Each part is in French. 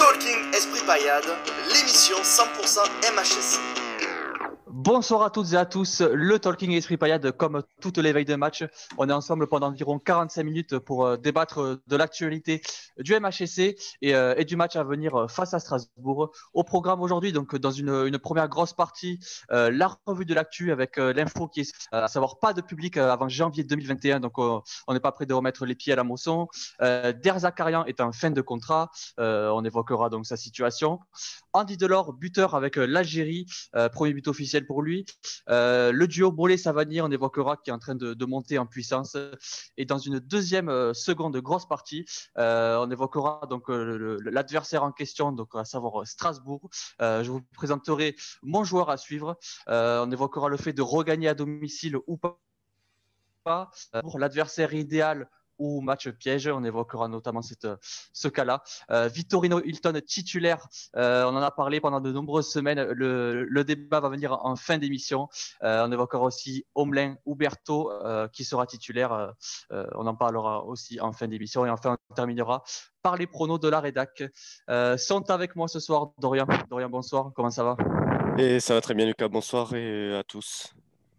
Talking Esprit Payade, l'émission 100% MHSC. Bonsoir à toutes et à tous, le Talking Esprit Payade, comme toutes les veilles de match, on est ensemble pendant environ 45 minutes pour débattre de l'actualité du MHSC et du match à venir face à Strasbourg. Au programme aujourd'hui, donc dans une première grosse partie, la revue de l'actu avec l'info qui est à savoir pas de public avant janvier 2021, donc on n'est pas prêt de remettre les pieds à la moisson. Der Zakarian est en fin de contrat, on évoquera donc sa situation. Andy Delors, buteur avec l'Algérie, premier but officiel pour lui. Le duo Bollé-Savanier, on évoquera, qui est en train de monter en puissance. Et dans une deuxième seconde grosse partie, on évoquera donc l'adversaire en question, donc à savoir Strasbourg. Je vous présenterai mon joueur à suivre. On évoquera le fait de regagner à domicile ou pas. Pour l'adversaire idéal ou match piège, on évoquera notamment ce cas-là. Vittorino Hilton titulaire, on en a parlé pendant de nombreuses semaines, le débat va venir en fin d'émission. On évoquera aussi Omelin Huberto qui sera titulaire, on en parlera aussi en fin d'émission et enfin on terminera par les pronos de la rédac. Sont avec moi ce soir Dorian. Dorian, bonsoir, comment ça va? Et ça va très bien, Lucas. Bonsoir et à tous.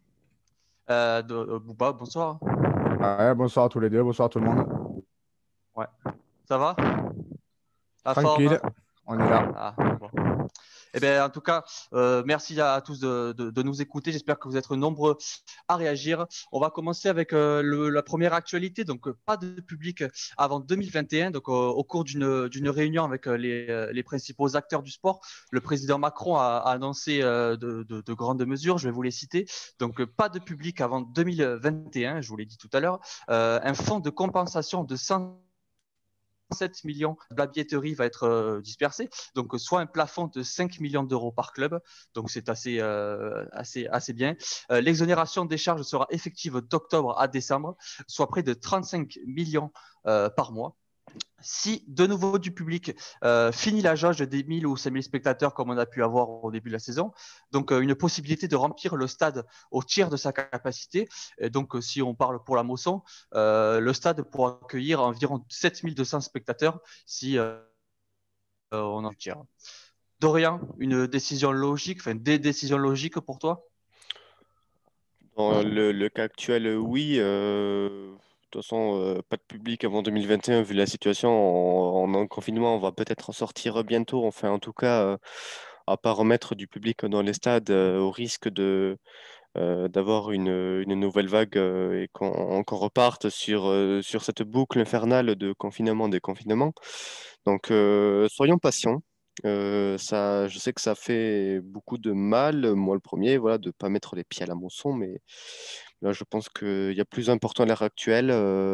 Bouba, bonsoir. Ouais, bonsoir à tous les deux, bonsoir à tout le monde. Ouais. Ça va? La Tranquille, forme? on est là. Ah, bon. Eh bien, en tout cas, merci à tous de nous écouter. J'espère que vous êtes nombreux à réagir. On va commencer avec la première actualité. Donc, pas de public avant 2021. Donc, au cours d'une réunion avec les principaux acteurs du sport, le président Macron a annoncé de grandes mesures. Je vais vous les citer. Donc, pas de public avant 2021, je vous l'ai dit tout à l'heure. Un fonds de compensation de 107 millions de la billetterie va être dispersé, donc soit un plafond de 5 millions d'euros par club, donc c'est assez bien. L'exonération des charges sera effective d'octobre à décembre, soit près de 35 millions par mois. Si de nouveau du public finit la jauge des 1000 ou 5000 spectateurs comme on a pu avoir au début de la saison, donc une possibilité de remplir le stade au tiers de sa capacité. Et donc si on parle pour la Mosson, le stade pourra accueillir environ 7200 spectateurs si on en tiers. Dorian, une décision logique, enfin des décisions logiques pour toi? Dans le cas actuel, oui. De toute façon, pas de public avant 2021, vu la situation. En confinement, on va peut-être en sortir bientôt. Enfin, en tout cas, à pas remettre du public dans les stades au risque d'avoir une nouvelle vague et qu'on reparte sur cette boucle infernale de confinement, déconfinement. Donc, soyons patients. Ça, je sais que ça fait beaucoup de mal, moi le premier, voilà, de ne pas mettre les pieds à la moisson, mais là, je pense qu'il y a plus important à l'heure actuelle.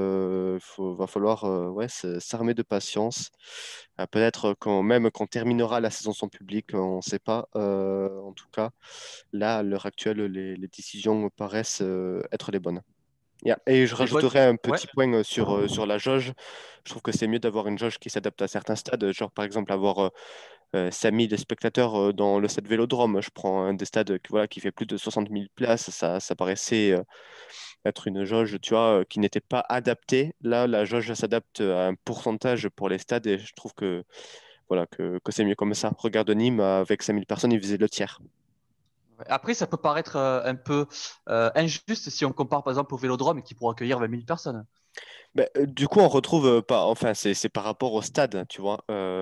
Va falloir ouais, s'armer de patience. Peut-être même qu'on terminera la saison sans public, on ne sait pas. En tout cas, là, à l'heure actuelle, les décisions me paraissent être les bonnes. Yeah. Et je Les bonnes. rajouterais un Ouais. petit point sur la jauge. Je trouve que c'est mieux d'avoir une jauge qui s'adapte à certains stades, genre par exemple avoir 5000 spectateurs dans le stade Vélodrome. Je prends un des stades voilà, qui fait plus de 60 000 places. Ça paraissait être une jauge, tu vois, qui n'était pas adaptée. Là, la jauge s'adapte à un pourcentage pour les stades et je trouve que, voilà, que c'est mieux comme ça. Regarde Nîmes, avec 5000 personnes, ils faisaient le tiers. Après, ça peut paraître un peu injuste si on compare par exemple au Vélodrome qui pourra accueillir 20 000 personnes. Ben, du coup, on retrouve pas, enfin, c'est par rapport au stade, tu vois.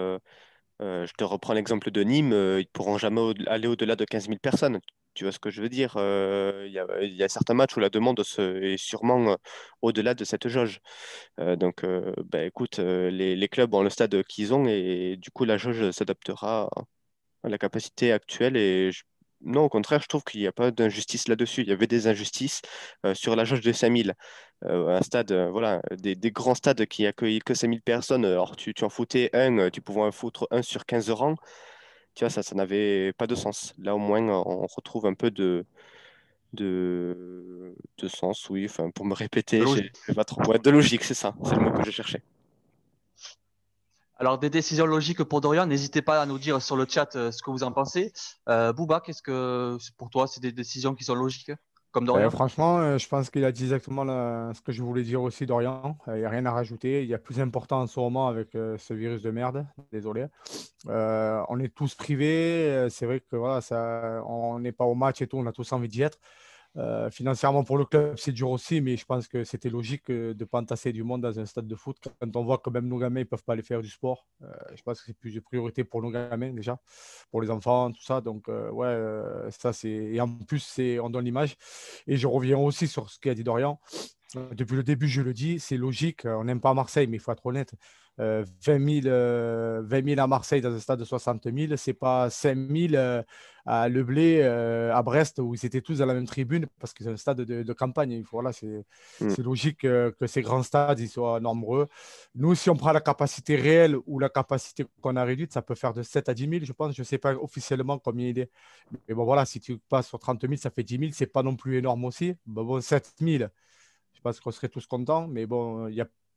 Je te reprends l'exemple de Nîmes, ils ne pourront jamais aller au-delà de 15 000 personnes. Tu vois ce que je veux dire? Il y a certains matchs où la demande est sûrement au-delà de cette jauge. Donc, ben, écoute, les clubs ont le stade qu'ils ont et du coup, la jauge s'adaptera à la capacité actuelle. Non, au contraire, je trouve qu'il n'y a pas d'injustice là-dessus. Il y avait des injustices sur la jauge de 5000. Un stade, voilà, des grands stades qui accueillent que 5000 personnes. Alors, tu en foutais un, tu pouvais en foutre un sur 15 rangs. Tu vois, ça n'avait pas de sens. Là, au moins, on retrouve un peu de sens, oui. Enfin, pour me De répéter, logique. j'ai pas trop. Ouais, de logique, c'est ça. C'est le mot que je cherchais. Alors, des décisions logiques pour Dorian, n'hésitez pas à nous dire sur le chat ce que vous en pensez. Bouba, qu'est-ce que pour toi, c'est des décisions qui sont logiques? comme Dorian? Franchement, je pense qu'il a dit exactement ce que je voulais dire aussi, Dorian. Il n'y a rien à rajouter. Il y a plus important en ce moment avec ce virus de merde. Désolé. On est tous privés. C'est vrai que voilà, ça, on n'est pas au match et tout. On a tous envie d'y être. Financièrement, pour le club, c'est dur aussi, mais je pense que c'était logique de ne pas entasser du monde dans un stade de foot. Quand on voit que même nos gamins ne peuvent pas aller faire du sport, je pense que c'est plus de priorité pour nos gamins déjà, pour les enfants, tout ça. Donc, ouais, ça, c'est. Et en plus, on donne l'image. Et je reviens aussi sur ce qu'a dit Dorian. Depuis le début, je le dis, c'est logique. On n'aime pas Marseille, mais il faut être honnête. 20 000 à Marseille dans un stade de 60 000, c'est pas 5 000 à Le Blé, à Brest, où ils étaient tous dans la même tribune, parce que c'est un stade de campagne. Voilà, Mm. c'est logique que ces grands stades ils soient nombreux. Nous, si on prend la capacité réelle ou la capacité qu'on a réduite, ça peut faire de 7 à 10 000, je pense. Je ne sais pas officiellement combien il est. Mais bon, voilà, si tu passes sur 30 000, ça fait 10 000. C'est pas non plus énorme aussi. Bon, 7 000. Je pense qu'on serait tous contents, mais bon,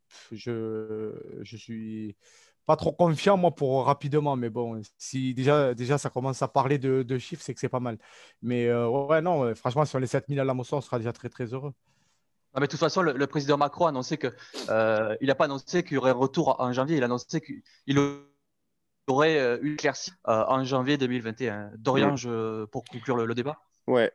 je suis pas trop confiant, moi, pour rapidement. Mais bon, si déjà ça commence à parler de chiffres, c'est que c'est pas mal. Mais ouais, non, franchement, sur les 7 000 à la Mosson, on sera déjà très, très heureux. Ah, mais de toute façon, le président Macron a annoncé il n'a pas annoncé qu'il y aurait un retour en janvier. Il a annoncé qu'il aurait une éclaircie en janvier 2021. Mm. Dorian, pour conclure le débat. Ouais,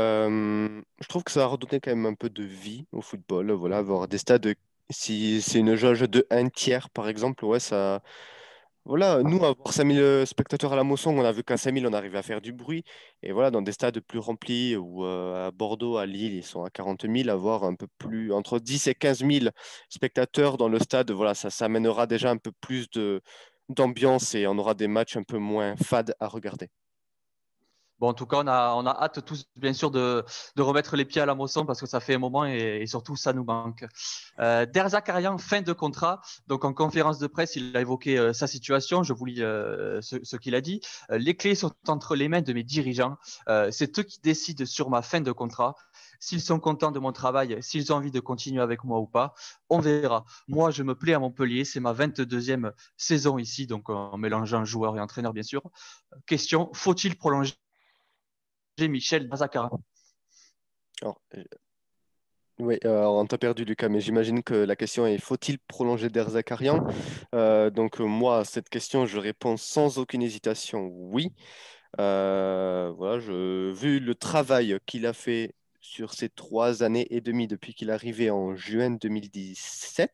je trouve que ça a redonné quand même un peu de vie au football. Voilà, avoir des stades, si c'est une jauge de un tiers par exemple, ouais, ça. Voilà, nous, avoir 5000 spectateurs à la Mosson, on a vu qu'à 5000, on arrivait à faire du bruit. Et voilà, dans des stades plus remplis, ou à Bordeaux, à Lille, ils sont à 40 000, avoir un peu plus, entre 10 et 15 000 spectateurs dans le stade, voilà, ça amènera déjà un peu plus d'ambiance et on aura des matchs un peu moins fades à regarder. Bon, en tout cas, on a hâte tous, bien sûr, de remettre les pieds à la Mosson parce que ça fait un moment et surtout, ça nous manque. Der Zakarian, fin de contrat. Donc, en conférence de presse, il a évoqué sa situation. Je vous lis ce qu'il a dit. Les clés sont entre les mains de mes dirigeants. C'est eux qui décident sur ma fin de contrat. S'ils sont contents de mon travail, s'ils ont envie de continuer avec moi ou pas, on verra. Moi, je me plais à Montpellier. C'est ma 22e saison ici, donc en mélangeant joueur et entraîneur, bien sûr. Question, faut-il prolonger Michel Bazakara? Alors, oui, alors on t'a perdu, Lucas, mais j'imagine que la question est faut-il prolonger Der Zakarian? Donc, moi, à cette question, je réponds sans aucune hésitation oui. Voilà, vu le travail qu'il a fait sur ces 3 années et demie depuis qu'il est arrivé en juin 2017,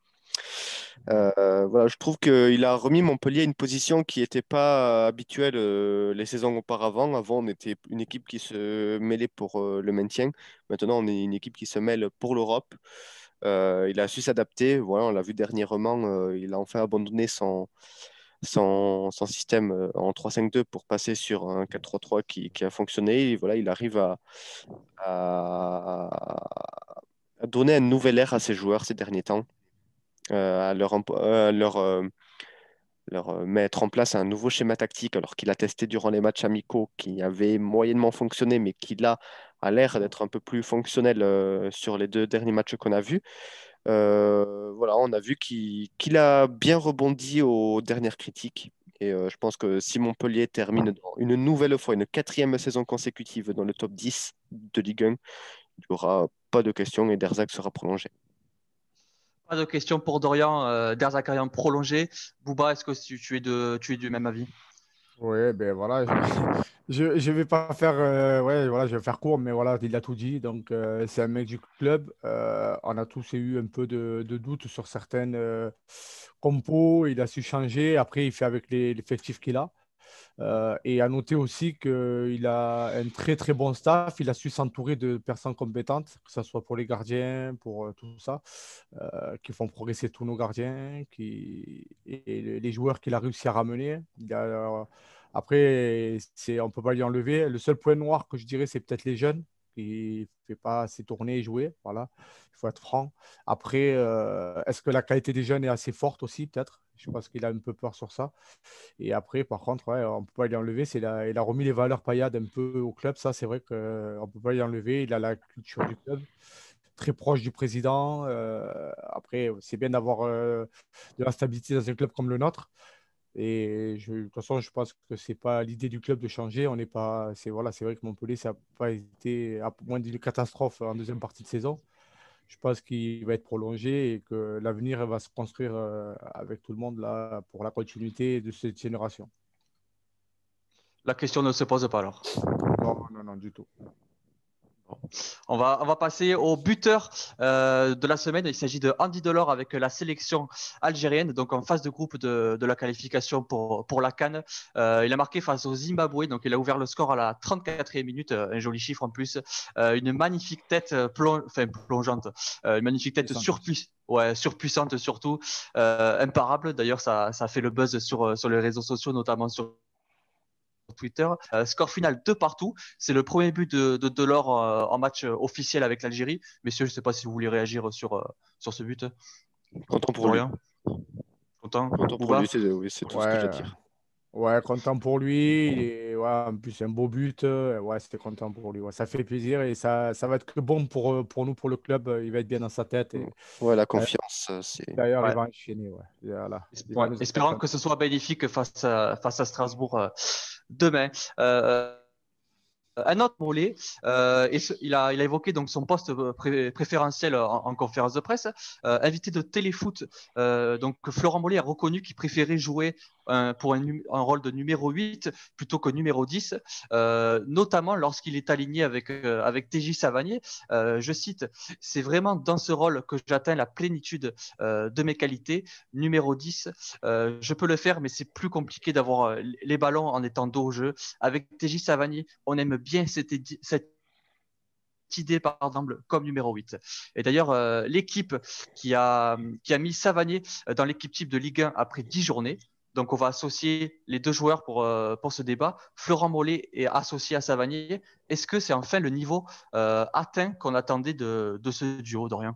voilà, je trouve qu'il a remis Montpellier à une position qui n'était pas habituelle les saisons auparavant. Avant, on était une équipe qui se mêlait pour le maintien. Maintenant, on est une équipe qui se mêle pour l'Europe. Il a su s'adapter. Voilà, on l'a vu dernièrement. Il a enfin abandonné son système en 3-5-2 pour passer sur un 4-3-3 qui a fonctionné. Et voilà, il arrive à donner un nouvel air à ses joueurs ces derniers temps, à leur mettre en place un nouveau schéma tactique, alors qu'il a testé durant les matchs amicaux, qui avait moyennement fonctionné, mais qui là a l'air d'être un peu plus fonctionnel sur les 2 derniers matchs qu'on a vus. Voilà, on a vu qu'il a bien rebondi aux dernières critiques. Et je pense que si Montpellier termine une nouvelle fois, une 4e saison consécutive dans le top 10 de Ligue 1, il n'y aura pas de question et Derzak sera prolongé. Pas de question pour Dorian. Der Zakarian prolongé. Bouba, est-ce que tu es du même avis? Ouais, ben voilà, je vais pas faire, ouais, voilà, je vais faire court, mais voilà, il a tout dit. Donc, c'est un mec du club. On a tous eu un peu de doutes sur certaines compos. Il a su changer. Après, il fait avec l'effectif qu'il a. Et à noter aussi qu'il a un très très bon staff. Il a su s'entourer de personnes compétentes, que ce soit pour les gardiens, pour tout ça, qui font progresser tous nos gardiens, et les joueurs qu'il a réussi à ramener. Après, on ne peut pas lui enlever. Le seul point noir que je dirais, c'est peut-être les jeunes. Il ne fait pas assez tourner et jouer. Voilà, il faut être franc. Après, est-ce que la qualité des jeunes est assez forte aussi, peut-être? Je pense qu'il a un peu peur sur ça. Et après, par contre, ouais, on ne peut pas lui enlever. Il a remis les valeurs paillades un peu au club. Ça, c'est vrai qu'on ne peut pas lui enlever. Il a la culture du club, très proche du président. Après, c'est bien d'avoir de la stabilité dans un club comme le nôtre. Et de toute façon, je pense que ce n'est pas l'idée du club de changer. On n'est pas, c'est vrai que Montpellier, ça n'a pas été, à moins d'une catastrophe en deuxième partie de saison. Je pense qu'il va être prolongé et que l'avenir va se construire avec tout le monde là pour la continuité de cette génération. La question ne se pose pas alors. Non, non, non, du tout. On va passer au buteur de la semaine. Il s'agit de Andy Delors avec la sélection algérienne, donc en phase de groupe de la qualification pour la CAN. Il a marqué face au Zimbabwe, donc il a ouvert le score à la 34e minute, un joli chiffre en plus. Une magnifique tête plongeante, une magnifique tête surpuissante surtout, imparable. D'ailleurs, ça fait le buzz sur les réseaux sociaux, notamment sur Twitter. Score final 2 partout. C'est le premier but de Delors en match officiel avec l'Algérie. Messieurs, je ne sais pas si vous voulez réagir sur ce but. Content pour lui. Dorian. Content Content pour Bouba. lui, c'est tout ce que j'ai à dire. Ouais, content pour lui. Et, ouais, en plus, c'est un beau but. Ouais, c'était content pour lui. Ouais, ça fait plaisir et ça va être que bon pour nous, pour le club. Il va être bien dans sa tête. Et, Ouais, la confiance, c'est. d'ailleurs, il Ouais. va enchaîner. Ouais. Voilà. Ouais. Espérant que ce soit bénéfique face à Strasbourg demain. Un autre Mollet, il a évoqué donc son poste préférentiel en conférence de presse. Invité de Téléfoot, donc Florent Mollet a reconnu qu'il préférait jouer pour un rôle de numéro 8 plutôt que numéro 10, notamment lorsqu'il est aligné avec TJ Savanier. Je cite, c'est vraiment dans ce rôle que j'atteins la plénitude de mes qualités. Numéro 10, je peux le faire, mais c'est plus compliqué d'avoir les ballons en étant dos au jeu. Avec TJ Savanier, on aime bien cette idée par exemple comme numéro 8. Et d'ailleurs, l'équipe qui a mis Savanier dans l'équipe type de Ligue 1 après 10 journées, donc on va associer les deux joueurs pour ce débat. Florent Mollet est associé à Savanier. Est-ce que c'est enfin le niveau atteint qu'on attendait de ce duo, Dorian?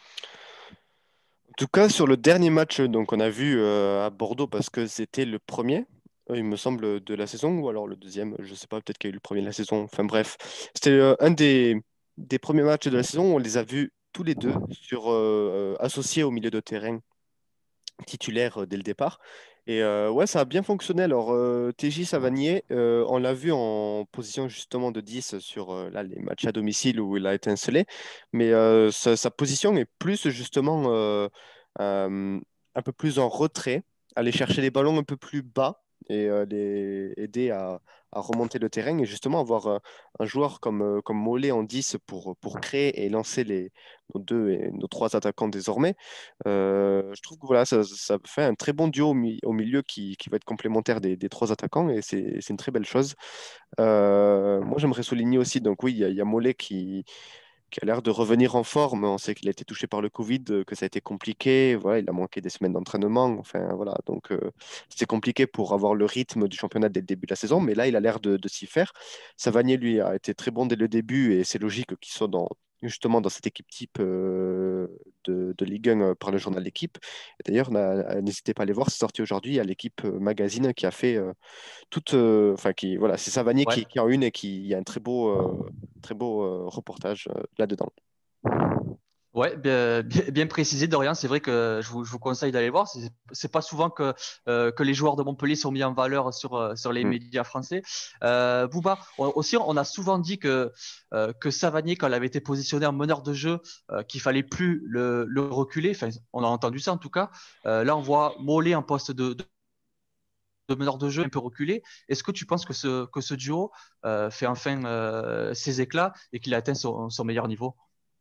En tout cas, sur le dernier match donc, on a vu à Bordeaux, parce que c'était le premier, il me semble, de la saison, ou alors le deuxième, je ne sais pas, peut-être qu'il y a eu le premier de la saison. Enfin bref, c'était un des premiers matchs de la saison. On les a vus tous les deux associés au milieu de terrain titulaire dès le départ. Et ouais, ça a bien fonctionné. Alors, TJ Savanier, on l'a vu en position justement de 10 sur là, les matchs à domicile où il a étincelé. Mais sa position est plus justement euh, un peu plus en retrait, aller chercher les ballons un peu plus bas et les aider à remonter le terrain. Et justement, avoir un joueur comme Mollet en 10 pour créer et lancer nos deux et nos trois attaquants désormais. Je trouve que voilà, ça fait un très bon duo au milieu qui va être complémentaire des trois attaquants et c'est une très belle chose. Moi, j'aimerais souligner aussi, donc oui, il y a Mollet qui a l'air de revenir en forme. On sait qu'il a été touché par le Covid, que ça a été compliqué. Voilà, il a manqué des semaines d'entraînement. Enfin, voilà, donc c'est compliqué pour avoir le rythme du championnat dès le début de la saison, mais là, il a l'air de s'y faire. Savanier, lui, a été très bon dès le début et c'est logique qu'il soit justement dans cette équipe type de Ligue 1 par le journal L'équipe. Et d'ailleurs, n'hésitez pas à aller voir, c'est sorti aujourd'hui. Il y a l'équipe magazine qui a fait enfin, voilà, c'est Savanier Ouais. qui en une et qui il y a un très beau reportage là-dedans. Ouais, bien précisé, Dorian. C'est vrai que je vous conseille d'aller voir. C'est pas souvent que les joueurs de Montpellier sont mis en valeur sur les Mm. médias français. Bouba, aussi, on a souvent dit que Savanier, quand il avait été positionné en meneur de jeu, qu'il fallait plus le reculer. Enfin, on a entendu ça en tout cas. Là, on voit Mollet en poste de meneur de jeu un peu reculé. Est-ce que tu penses que ce duo fait enfin ses éclats et qu'il a atteint son meilleur niveau?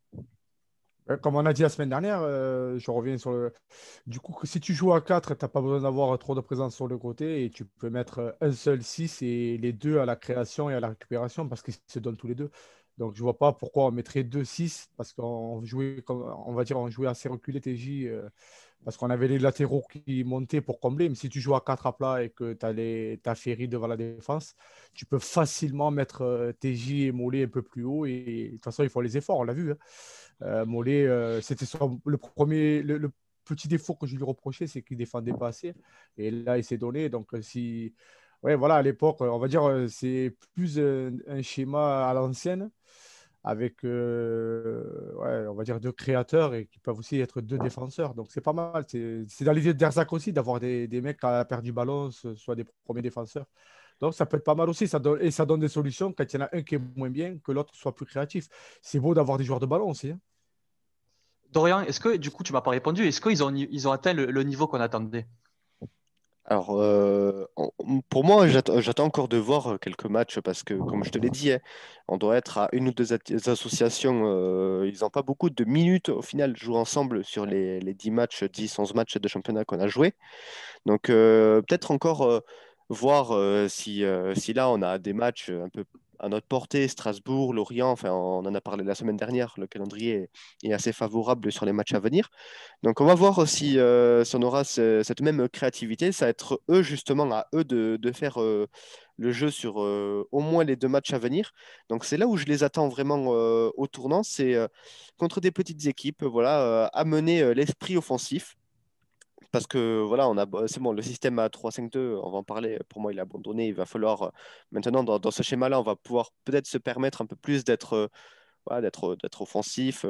Comme on a dit la semaine dernière, je reviens sur le. Du coup, si tu joues à 4, tu n'as pas besoin d'avoir trop de présence sur le côté et tu peux mettre un seul 6 et les deux à la création et à la récupération parce qu'ils se donnent tous les deux. Donc, je ne vois pas pourquoi on mettrait deux 6 parce qu'on jouait, on va dire, on jouait assez reculé TJ parce qu'on avait les latéraux qui montaient pour combler. Mais si tu joues à 4 à plat et que tu as Ferry devant la défense, tu peux facilement mettre TJ et Mollet un peu plus haut et de toute façon, ils font les efforts, on l'a vu. Hein. Mollet, c'était le premier, le petit défaut que je lui reprochais, c'est qu'il défendait pas assez. Et là, il s'est donné. Donc, si, ouais, voilà, à l'époque, on va dire, c'est plus un schéma à l'ancienne. avec ouais, on va dire 2 créateurs et qui peuvent aussi être 2 défenseurs. Donc c'est pas mal. C'est dans l'idée d'Erzak aussi d'avoir des mecs à la perte du ballon, soit des premiers défenseurs. Donc ça peut être pas mal aussi. Et ça donne des solutions quand il y en a un qui est moins bien, que l'autre soit plus créatif. C'est beau d'avoir des joueurs de ballon aussi, hein. Dorian, est-ce que, du coup, tu m'as pas répondu, est-ce qu'ils ont, ils ont atteint le niveau qu'on attendait? Alors, pour moi, j'attends encore de voir quelques matchs parce que, comme je te l'ai dit, hein, on doit être à une ou deux associations. Ils n'ont pas beaucoup de minutes au final jouer ensemble sur les 10 matchs, 10, 11 matchs de championnat qu'on a joué. Donc, peut-être encore voir si là, on a des matchs un peu à notre portée, Strasbourg, Lorient, enfin, on en a parlé la semaine dernière, le calendrier est assez favorable sur les matchs à venir. Donc, on va voir si on aura cette même créativité. Ça va être eux, justement, à eux de faire le jeu sur au moins les 2 matchs à venir. Donc, c'est là où je les attends vraiment au tournant. C'est contre des petites équipes, voilà, amener l'esprit offensif. Parce que voilà, c'est bon, le système à 3-5-2, on va en parler. Pour moi, il est abandonné. Il va falloir maintenant, dans ce schéma-là, on va pouvoir peut-être se permettre un peu plus voilà, d'être offensif,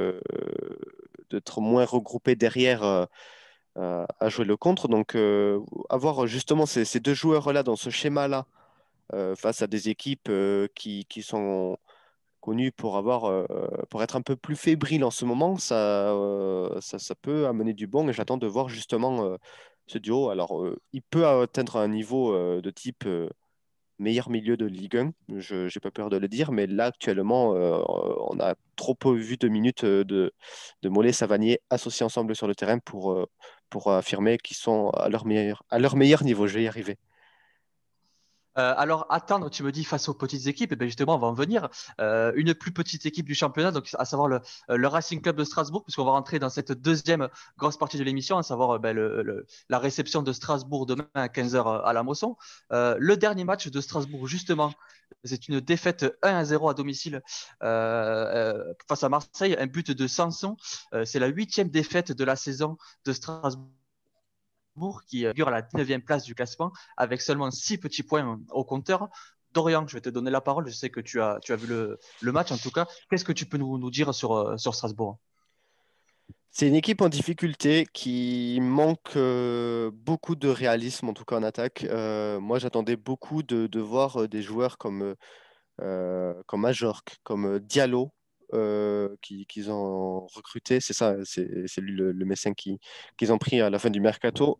d'être moins regroupé derrière à jouer le contre. Donc, avoir justement ces 2 joueurs-là dans ce schéma-là face à des équipes qui sont connues pour être un peu plus fébriles en ce moment, ça peut amener du bon et j'attends de voir justement ce duo. Alors, il peut atteindre un niveau de type meilleur milieu de Ligue 1, je n'ai pas peur de le dire, mais là actuellement, on a trop peu vu de minutes de Mollet, Savanier associés ensemble sur le terrain pour affirmer qu'ils sont à leur meilleur niveau. Je vais y arriver. Alors, attendre, tu me dis, face aux petites équipes, et bien justement, on va en venir. Une plus petite équipe du championnat, donc à savoir le Racing Club de Strasbourg, puisqu'on va rentrer dans cette deuxième grosse partie de l'émission, à savoir ben, la réception de Strasbourg demain à 15h à la Mosson. Le dernier match de Strasbourg, justement, c'est une défaite 1-0 à domicile face à Marseille, un but de Sanson. C'est la 8e défaite de la saison de Strasbourg qui figure à la 9e place du classement avec seulement 6 petits points au compteur. Dorian, je vais te donner la parole. Je sais que tu as vu le match en tout cas. Qu'est-ce que tu peux nous dire sur Strasbourg? C'est une équipe en difficulté qui manque beaucoup de réalisme, en tout cas en attaque. Moi, j'attendais beaucoup de voir des joueurs comme Majorque, comme Diallo, qu'ils ont recruté. C'est ça, c'est lui le Messin qu'ils ont pris à la fin du mercato.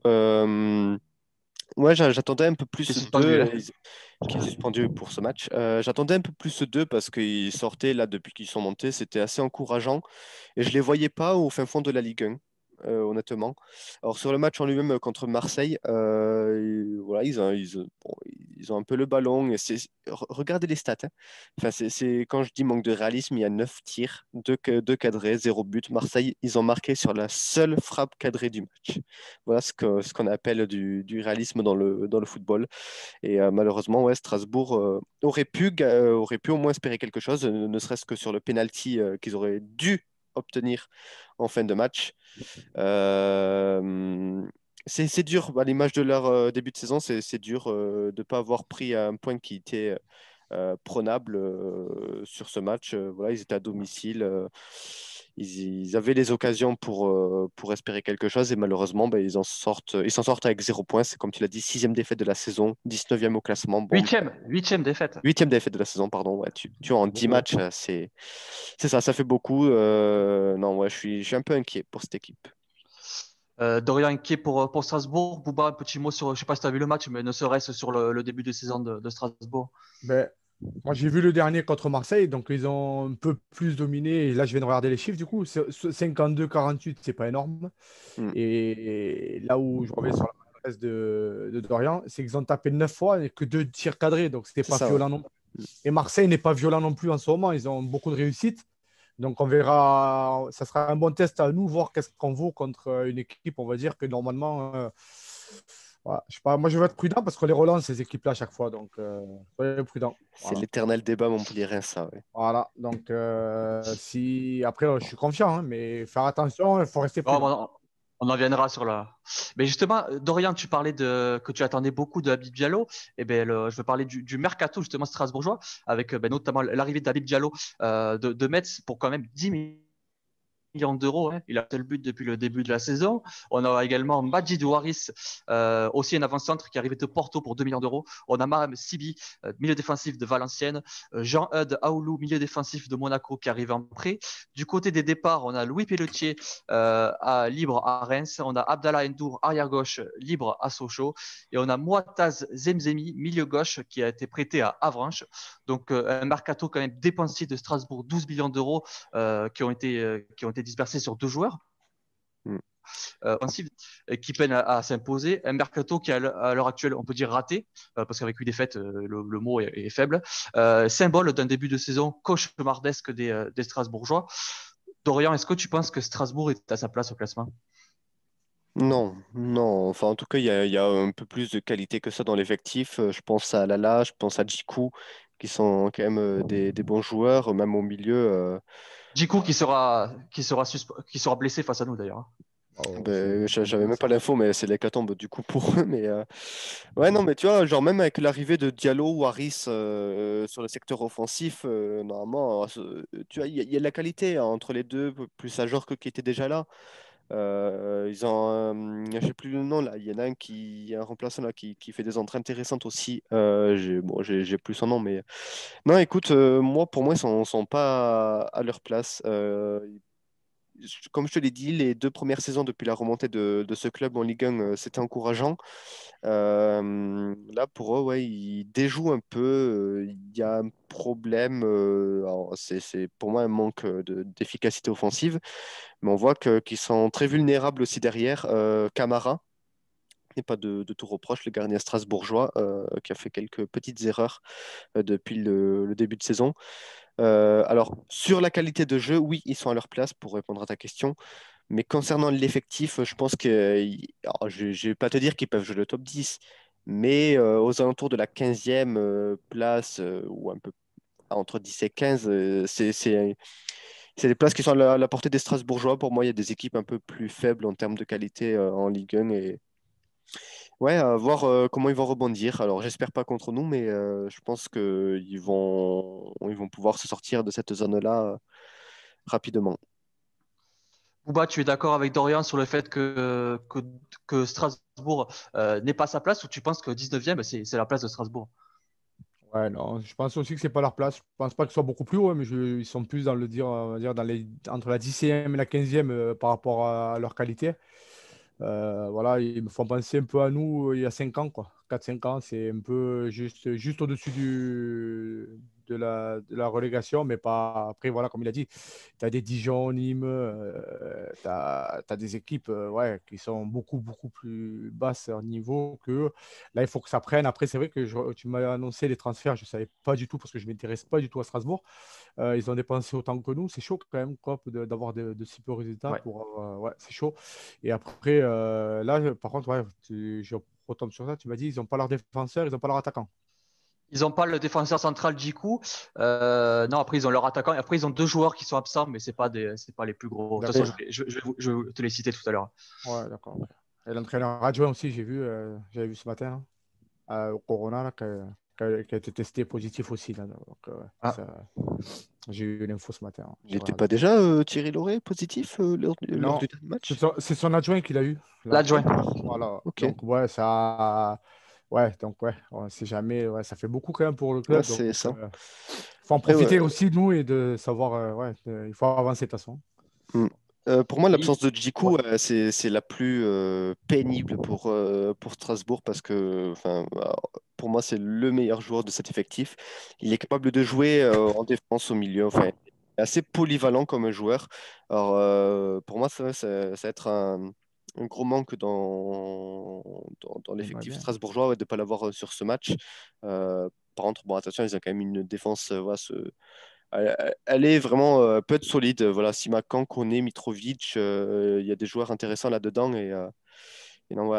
Ouais, j'attendais un peu Qui est plus suspendu d'eux, là. qui est suspendu pour ce match. J'attendais un peu plus d'eux parce qu'ils sortaient là depuis qu'ils sont montés. C'était assez encourageant et je les voyais pas au fin fond de la Ligue 1, honnêtement. Alors sur le match en lui-même contre Marseille, voilà, bon, ils ont un peu le ballon. Et regardez les stats, hein. Enfin, quand je dis manque de réalisme, il y a 9 tirs, 2 cadrés, 0 but. Marseille, ils ont marqué sur la seule frappe cadrée du match. Voilà ce qu'on appelle du réalisme dans le football. Et malheureusement, ouais, Strasbourg aurait pu au moins espérer quelque chose, ne serait-ce que sur le penalty qu'ils auraient dû obtenir en fin de match. Euh, c'est dur, à l'image de leur début de saison, c'est dur de ne pas avoir pris un point qui était prenable sur ce match. Voilà, ils étaient à domicile. Ils avaient les occasions pour espérer quelque chose et malheureusement, ben, ils s'en sortent avec 0 points. C'est comme tu l'as dit, 6e défaite de la saison, 19e au classement. Bon, 8e défaite. 8e défaite de la saison, pardon. Ouais, tu vois, en 10 Beaucoup. matchs, c'est ça, ça fait beaucoup. Non, ouais, je suis un peu inquiet pour cette équipe. Dorian inquiet pour Strasbourg. Bouba, un petit mot sur, je sais pas si tu as vu le match, mais ne serait-ce sur le début de saison de Strasbourg. Ben, moi, j'ai vu le dernier contre Marseille, donc ils ont un peu plus dominé. Et là, je viens de regarder les chiffres, du coup, 52-48, c'est pas énorme. Mm. Et là où je reviens sur la maladresse de Dorian, c'est qu'ils ont tapé 9 fois et que 2 tirs cadrés, donc c'était C'est pas ça, ouais. violent non plus. Et Marseille n'est pas violent non plus en ce moment, ils ont beaucoup de réussite. Donc on verra, ça sera un bon test à nous, voir qu'est-ce qu'on vaut contre une équipe, on va dire que normalement, voilà, je sais pas, moi je vais être prudent parce qu'on les relance ces équipes-là à chaque fois, donc soyez prudent. C'est Voilà. l'éternel débat Montpellier, ça, ouais. Voilà, donc si après je suis confiant, hein, mais faire attention, il faut rester Oh, prudent. bon, On en viendra sur la. Mais justement, Dorian, tu parlais que tu attendais beaucoup de Habib Diallo. Et ben, je veux parler du mercato justement strasbourgeois, avec notamment l'arrivée d'Habib Diallo de Metz pour quand même 10 millions d'euros. Hein. Il a fait le but depuis le début de la saison. On a également Majid Waris, aussi un avant-centre qui est arrivé de Porto pour 2 millions d'euros. On a Maham Sibi, milieu défensif de Valenciennes. Jean-Eudes Aoulou, milieu défensif de Monaco qui arrive en prêt. Du côté des départs, on a Louis Pelletier libre à Reims. On a Abdallah Ndour, arrière-gauche, libre à Sochaux. Et on a Mouattaz Zemzemi, milieu gauche, qui a été prêté à Avranches. Donc un mercato quand même dépensier de Strasbourg, 12 millions d'euros qui ont été dispersés sur 2 joueurs Mm. offensifs qui peinent à s'imposer. Un mercato qui, à l'heure actuelle, on peut dire raté, parce qu'avec 8 défaites, le mot est faible. Symbole d'un début de saison cauchemardesque des Strasbourgeois. Dorian, est-ce que tu penses que Strasbourg est à sa place au classement? Non, non. Enfin, en tout cas, il y a un peu plus de qualité que ça dans l'effectif. Je pense à Lala, je pense à Djikou, qui sont quand même des bons joueurs, même au milieu. Djikou qui sera blessé face à nous d'ailleurs. Hein. Oh, Ben, c'est j'avais même pas intéressant. l'info, mais c'est l'hécatombe du coup pour eux. Mais ouais, non, mais tu vois, genre même avec l'arrivée de Diallo ou Harris sur le secteur offensif, normalement, tu vois, il y a de la qualité hein, entre les deux, plus à genre qui était déjà là. Ils ont, je sais plus le nom là, il y en a un il y a un remplaçant là qui fait des entrées intéressantes aussi. J'ai plus son nom, mais non, écoute, moi pour moi sont pas à leur place. Comme je te l'ai dit, les 2 premières saisons depuis la remontée de ce club en Ligue 1, c'était encourageant. Là, pour eux, ouais, ils déjouent un peu. Il y a un problème. Alors, c'est pour moi un manque d'efficacité offensive, mais on voit qu'ils sont très vulnérables aussi derrière. Camara n'est pas de tout reproche, le gardien strasbourgeois, qui a fait quelques petites erreurs depuis le début de saison. Alors, sur la qualité de jeu, oui, ils sont à leur place pour répondre à ta question. Mais concernant l'effectif, je pense que, alors, je ne vais pas te dire qu'ils peuvent jouer le top 10, mais aux alentours de la 15e place, ou un peu entre 10 et 15, c'est des places qui sont à la portée des Strasbourgeois. Pour moi, il y a des équipes un peu plus faibles en termes de qualité en Ligue 1. Et ouais, à voir comment ils vont rebondir. Alors, j'espère pas contre nous, mais je pense ils vont pouvoir se sortir de cette zone-là rapidement. Bouba, tu es d'accord avec Dorian sur le fait que Strasbourg n'est pas sa place ou tu penses que 19e, c'est la place de Strasbourg? Ouais, non, je pense aussi que c'est pas leur place. Je pense pas qu'ils soient beaucoup plus hauts, hein, mais ils sont plus dans le dire, on va dire, entre la 10e et la 15e par rapport à leur qualité. Voilà, ils me font penser un peu à nous il y a 5 ans, quoi. 4 5 ans, c'est un peu juste au-dessus de la relégation, mais pas. Après, voilà, comme il a dit, tu as des Dijon, Nîmes, tu as des équipes ouais, qui sont beaucoup, beaucoup plus basses en niveau que là, il faut que ça prenne. Après, c'est vrai que tu m'as annoncé les transferts, je ne savais pas du tout parce que je ne m'intéresse pas du tout à Strasbourg. Ils ont dépensé autant que nous. C'est chaud quand même quoi, d'avoir de si peu de résultats. Ouais. Ouais, c'est chaud. Et après, là, par contre, ouais, je retombe sur ça. Tu m'as dit, ils n'ont pas leur défenseur, ils n'ont pas leur attaquant. Ils n'ont pas le défenseur central Djikou. Non, après, ils ont leur attaquant. Et après, ils ont 2 joueurs qui sont absents, mais c'est pas les plus gros. De toute façon, D'accord. je vais te les citer tout à l'heure. Ouais, d'accord. Ouais. Et l'entraîneur adjoint aussi, j'avais vu ce matin, au Corona, là, qui a été testé positif aussi. Là, donc, Ah, j'ai eu l'info ce matin. Hein. Il J'ai n'était regardé pas ça. déjà Thierry Lauré positif lors Non, du dernier match? c'est son adjoint qui l'a eu. l'adjoint. D'accord. Voilà. Ok. Donc, ouais, ça. Ouais, donc, ouais, on sait jamais. Ouais, ça fait beaucoup quand même pour le Ouais, club. Donc, c'est ça. faut en Après, ouais. profiter aussi, nous, et de savoir. Ouais, il faut avancer de toute façon. Hmm. Pour moi, Et- l'absence de ouais. Djikou, c'est la plus pénible pour Strasbourg parce que, enfin, pour moi, c'est le meilleur joueur de cet effectif. Il est capable de jouer en défense au milieu. Enfin, il est assez polyvalent comme joueur. Alors, pour moi, ça va être un gros manque dans J'aimerais l'effectif bien. strasbourgeois ouais, de ne pas l'avoir sur ce match. Par contre, bon, attention, ils ont quand même une défense. Voilà, elle est vraiment peut être solide. Voilà, Simakan, Koné, Mitrovic, il y a des joueurs intéressants là-dedans. Et non, ouais,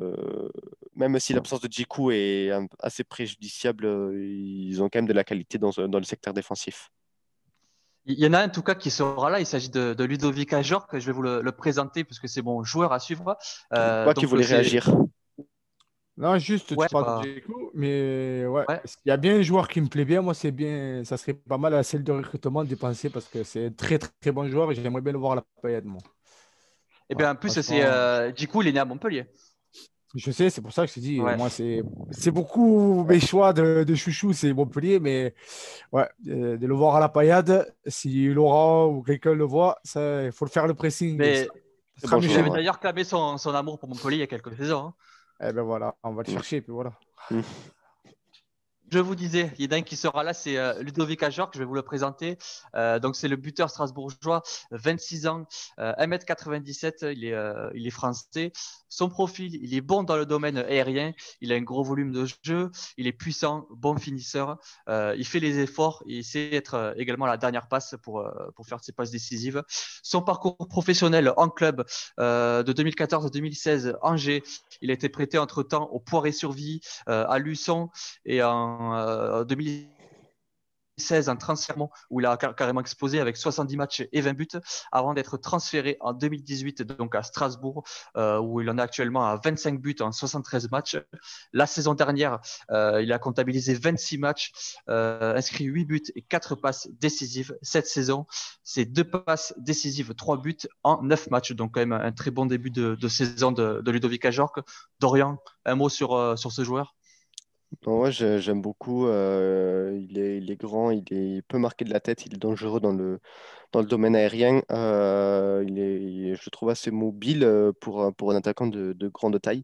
même si l'absence de Djikou est assez préjudiciable, ils ont quand même de la qualité dans le secteur défensif. Il y en a un en tout cas qui sera là. Il s'agit de Ludovic Ajorc. Je vais vous le présenter parce que c'est mon joueur à suivre. Toi qui voulais réagir. Non, juste, Ouais, tu parles de Dzeko, mais ouais, ouais. il y a bien un joueur qui me plaît bien. Moi, c'est bien, ça serait pas mal à celle de recrutement de dépenser parce que c'est un très, très, très bon joueur et j'aimerais bien le voir à la Payade, moi. Et Ouais, bien en plus, c'est franchement, Djikou, il est né à Montpellier. je sais, c'est pour ça que je te dis, Ouais. moi, c'est beaucoup mes choix de chouchou, c'est Montpellier, mais ouais, de le voir à la Payade, si Laurent ou quelqu'un le voit, ça, il faut le faire le pressing. Ça Mais Très sera bon mieux il chez joueur, avait lui. ouais. d'ailleurs clamé son amour pour Montpellier il y a quelques saisons, hein. Eh ben voilà, on va le Mm. chercher, puis voilà. Mm. Je vous disais, il y en a un qui sera là, c'est Ludovic Ajorc, je vais vous le présenter. Donc c'est le buteur strasbourgeois, 26 ans, 1m97, il est français. Son profil, il est bon dans le domaine aérien, il a un gros volume de jeu, il est puissant, bon finisseur, il fait les efforts, il sait être également à la dernière passe pour faire ses passes décisives. Son parcours professionnel en club de 2014 à 2016, Angers, il a été prêté entre-temps au Poiré-sur-Vie, à Luçon, et en 2016 un transfert où il a carrément explosé avec 70 matchs et 20 buts avant d'être transféré en 2018 donc à Strasbourg où il en est actuellement à 25 buts en 73 matchs. La saison dernière, il a comptabilisé 26 matchs, inscrit 8 buts et 4 passes décisives. Cette saison, c'est 2 passes décisives, 3 buts en 9 matchs. Donc quand même un très bon début de saison de Ludovic Ajorc. Dorian, un mot sur ce joueur? Non, ouais, j'aime beaucoup. Il est grand, il peut marquer de la tête, il est dangereux dans le domaine aérien. Je le trouve assez mobile pour un attaquant de grande taille.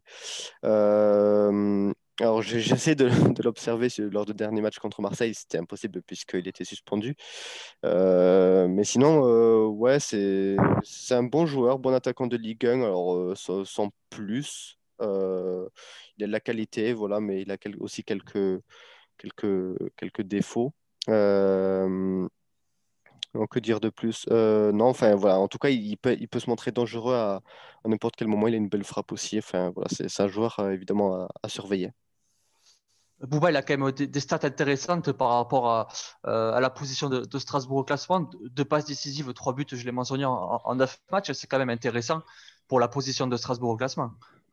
Alors, j'essaie de l'observer lors du dernier match contre Marseille. C'était impossible puisqu'il était suspendu. Mais sinon, ouais, c'est un bon joueur, bon attaquant de Ligue 1. Alors, sans plus. Il a de la qualité, voilà, mais il a aussi quelques défauts. Euh, donc, que dire de plus? Non, enfin voilà. En tout cas, il peut se montrer dangereux à n'importe quel moment. Il a une belle frappe aussi. Enfin voilà, c'est un joueur évidemment à surveiller. Bouba, il a quand même des stats intéressantes par rapport à la position de Strasbourg au classement. 2 passes décisives, 3 buts, je l'ai mentionné en 9 matchs. C'est quand même intéressant pour la position de Strasbourg au classement.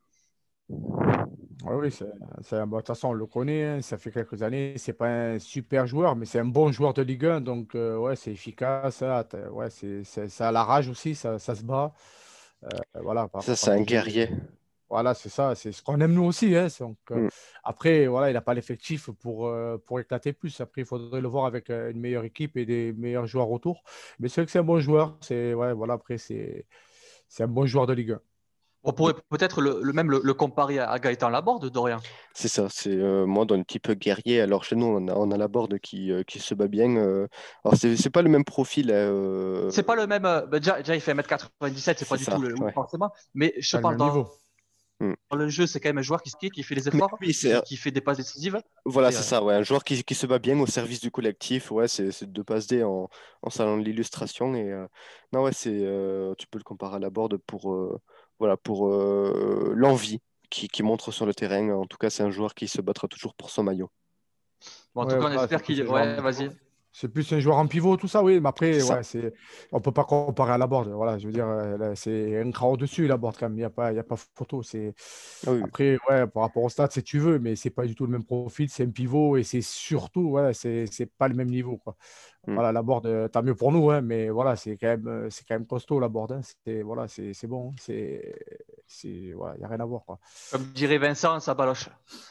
Oui, oui, bon, de toute façon, on le connaît, hein, ça fait quelques années. C'est pas un super joueur, mais c'est un bon joueur de Ligue 1. Donc, ouais, c'est efficace. Ouais, ça a la rage aussi, ça se bat. Voilà, par Ça, rapport c'est à un des jeux. guerrier. Voilà, c'est ça. C'est ce qu'on aime nous aussi, hein. Donc, Mm. après, voilà, il n'a pas l'effectif pour éclater plus. Après, il faudrait le voir avec une meilleure équipe et des meilleurs joueurs autour. Mais c'est vrai que c'est un bon joueur. Ouais, voilà, après, c'est un bon joueur de Ligue 1. On pourrait peut-être même le comparer à Gaëtan Laborde, Dorian. C'est ça, c'est moi dans le type guerrier. Alors chez nous, on a la board qui se bat bien. Alors c'est pas le même profil. C'est pas le même. Déjà, il fait 1m97, c'est pas C'est du ça, tout le ouais. forcément. Mais je Pas le parle même niveau. Mm. dans le jeu, c'est quand même un joueur qui skate, qui fait les Mais efforts, oui, qui fait des passes décisives. voilà, Et, c'est ça, ouais. Un joueur qui se bat bien au service du collectif. Ouais, c'est deux passes D en salant de l'illustration. Et non, ouais, tu peux le comparer à la board voilà, pour l'envie qui montre sur le terrain. En tout cas, c'est un joueur qui se battra toujours pour son maillot. bon, en tout Ouais, cas, on voilà, c'est espère plus qu'il. un joueur en Ouais, pivot. vas-y. C'est plus un joueur en pivot, tout ça, oui. Mais C'est après, ça. ouais, on peut pas comparer à la board. Voilà, je veux dire, là, c'est un cran au-dessus, la board, quand même. Il y a pas photo. Ah oui, Après, ouais, par rapport au stade, si tu veux, mais c'est pas du tout le même profil. C'est un pivot et c'est surtout, voilà, c'est pas le même niveau, quoi. oui. Voilà, la board, tant mieux pour nous, hein, mais voilà, c'est quand même costaud, la board, hein. Voilà, c'est bon, hein. Voilà, il n'y a rien à voir, quoi. Comme dirait Vincent, ça baloche.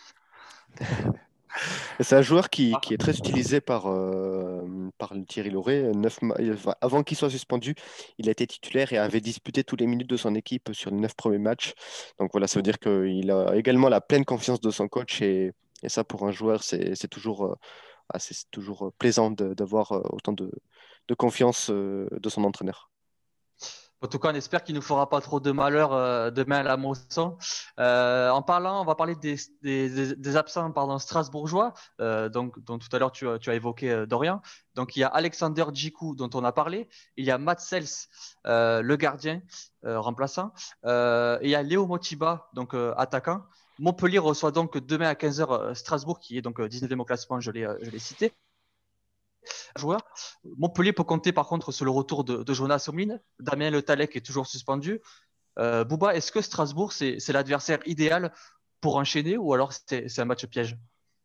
C'est un joueur qui Ah. est très utilisé par le Thierry Lauré. Enfin, avant qu'il soit suspendu, il a été titulaire et avait disputé tous les minutes de son équipe sur les 9 premiers matchs. Donc voilà, ça veut dire qu'il a également la pleine confiance de son coach et ça, pour un joueur, c'est toujours plaisant d'avoir autant de confiance de son entraîneur. En tout cas, on espère qu'il ne nous fera pas trop de malheur demain à la Mosson. On va parler des absents strasbourgeois, donc, dont tout à l'heure tu as évoqué Dorian. Donc il y a Alexander Djikou dont on a parlé, il y a Matt Sels, le gardien remplaçant, et il y a Léo Motiba, donc attaquant. Montpellier reçoit donc demain à 15h Strasbourg, qui est donc 19e au classement, je l'ai cité. joueurs. Montpellier peut compter par contre sur le retour de Jonas Omlin. Damien Le Tallec est toujours suspendu. Bouba, est-ce que Strasbourg, c'est l'adversaire idéal pour enchaîner ou alors c'est un match piège?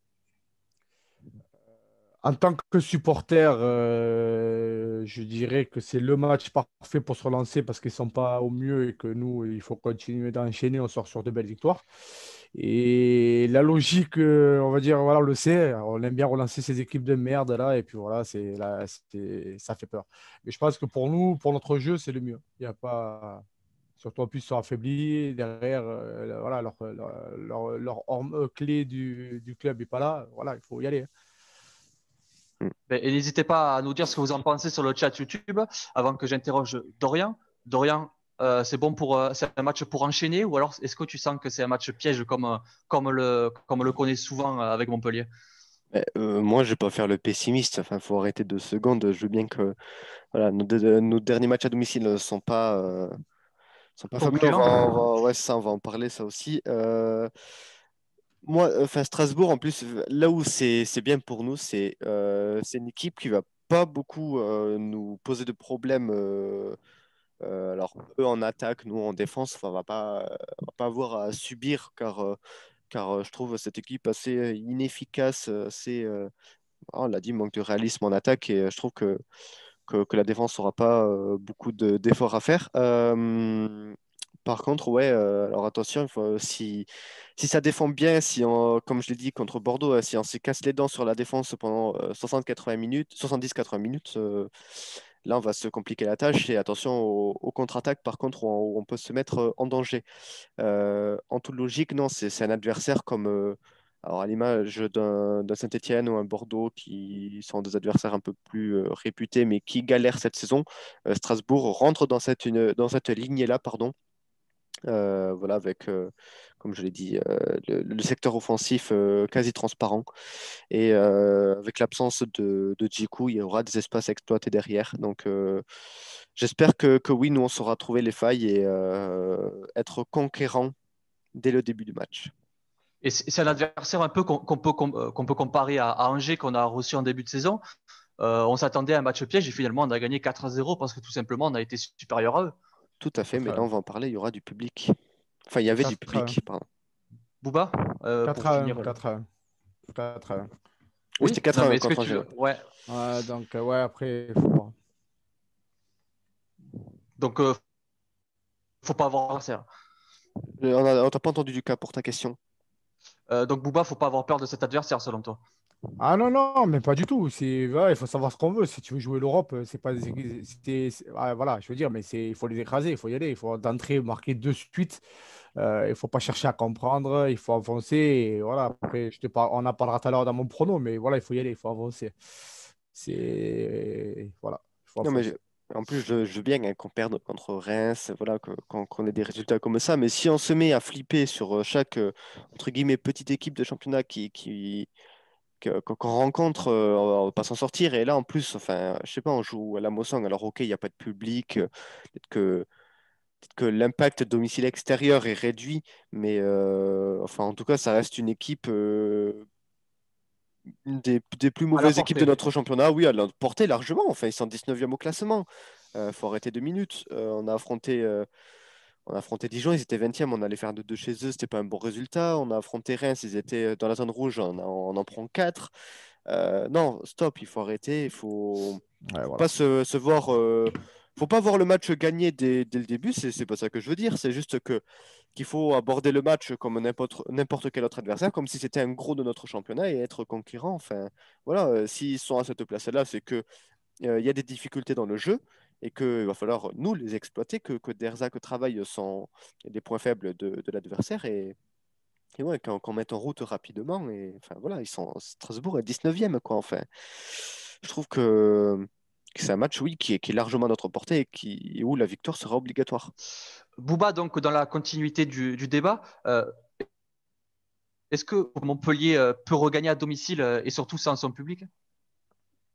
En tant que supporter, je dirais que c'est le match parfait pour se relancer parce qu'ils ne sont pas au mieux et que nous, il faut continuer d'enchaîner. On sort sur de belles victoires. Et la logique, on va dire, voilà, on le sait, on aime bien relancer ces équipes de merde là. Et puis voilà, ça fait peur. Mais je pense que pour nous, pour notre jeu, c'est le mieux. Il n'y a pas. Surtout en plus, ils sont affaiblis. Derrière, voilà, leur homme clé du club n'est pas là. Voilà, il faut y aller. Et n'hésitez pas à nous dire ce que vous en pensez sur le chat YouTube avant que j'interroge Dorian. Dorian, c'est un match pour enchaîner ou alors est-ce que tu sens que c'est un match piège comme le connaît souvent avec Montpellier? Moi, je vais pas faire le pessimiste. Enfin, faut arrêter 2 secondes. Je veux bien que voilà, nos derniers matchs à domicile ne sont pas fabuleux. Concluant? Ouais, ça, on va en parler, ça aussi. Moi, enfin, Strasbourg, en plus, là où c'est bien pour nous, c'est une équipe qui va pas beaucoup nous poser de problèmes. Alors, eux en attaque, nous en défense, enfin, on va pas avoir à subir car je trouve cette équipe assez inefficace, on l'a dit, manque de réalisme en attaque et je trouve que la défense n'aura pas beaucoup d'efforts à faire. Par contre, ouais, alors attention, si ça défend bien, comme je l'ai dit contre Bordeaux, si on se casse les dents sur la défense pendant 60-80 minutes, 70-80 minutes, là, on va se compliquer la tâche. Et attention aux contre-attaques, par contre, où on peut se mettre en danger. En toute logique, non, c'est un adversaire comme alors à l'image d'un Saint-Étienne ou un Bordeaux qui sont des adversaires un peu plus réputés, mais qui galèrent cette saison. Strasbourg rentre dans cette lignée-là, pardon. Voilà, avec, comme je l'ai dit, le secteur offensif quasi transparent. Et avec l'absence de Djikou, il y aura des espaces à exploiter derrière. Donc, j'espère que oui, nous, on saura trouver les failles et être conquérant dès le début du match. Et c'est un adversaire un peu qu'on peut comparer à Angers qu'on a reçu en début de saison. On s'attendait à un match piège et finalement on a gagné 4-0 parce que tout simplement on a été supérieur à eux. Tout à fait, mais là, 4 on va en parler, il y aura du public. Enfin, il y avait du 4 à 1. public, pardon. Bouba, 4 pour à finir. 1. 4 à 1. 4 à 1. Oui, c'était Oui, quatre non 1 mais est-ce que contre tu... Angers. Ouais, Donc, ouais, après, il faut voir. donc faut pas avoir ça. On t'a pas entendu du cas pour ta question. Donc Bouba, faut pas avoir peur de cet adversaire selon toi. Ah non, non, mais pas du tout. Ouais, il faut savoir ce qu'on veut. Si tu veux jouer l'Europe, c'est pas. Voilà, je veux dire, mais il faut les écraser, il faut y aller. Il faut d'entrée marquer de suite. Il ne faut pas chercher à comprendre, il faut avancer. Et voilà, après, on en parlera tout à l'heure dans mon prono, mais voilà, il faut y aller, il faut avancer. Voilà, il faut Non, mais avancer. en plus, je veux bien hein, qu'on perde contre Reims, voilà, qu'on ait des résultats comme ça. Mais si on se met à flipper sur chaque, entre guillemets, petite équipe de championnat qu'on rencontre, on va pas s'en sortir. Et là, en plus, enfin, je sais pas, on joue à la Mosson. Alors, ok, il n'y a pas de public. Peut-être que l'impact domicile extérieur est réduit. Mais enfin, en tout cas, ça reste une équipe. Une des plus À la mauvaises équipes de portée. notre championnat, oui, à la portée largement. Enfin, ils sont 19e au classement. Faut arrêter 2 minutes. On a affronté Dijon, ils étaient 20e, on allait faire 2-2 chez eux, c'était pas un bon résultat. On a affronté Reims, ils étaient dans la zone rouge, on en prend 4. Non, stop, il faut arrêter, Ouais, faut voilà. pas se voir. Faut pas voir le match gagné dès le début, c'est pas ça que je veux dire. C'est juste qu'il faut aborder le match comme n'importe quel autre adversaire, comme si c'était un gros de notre championnat et être conquérant. Enfin, voilà, s'ils sont à cette place-là, c'est que il y a des difficultés dans le jeu et qu'il va falloir nous les exploiter, que Derzac travaille sans des points faibles de l'adversaire et ouais, qu'on mette en route rapidement. Et enfin voilà, Strasbourg est 19e, quoi. Enfin, je trouve que c'est un match, oui, qui est largement à notre portée et où la victoire sera obligatoire. Bouba, donc dans la continuité du débat, est-ce que Montpellier peut regagner à domicile et surtout sans son public?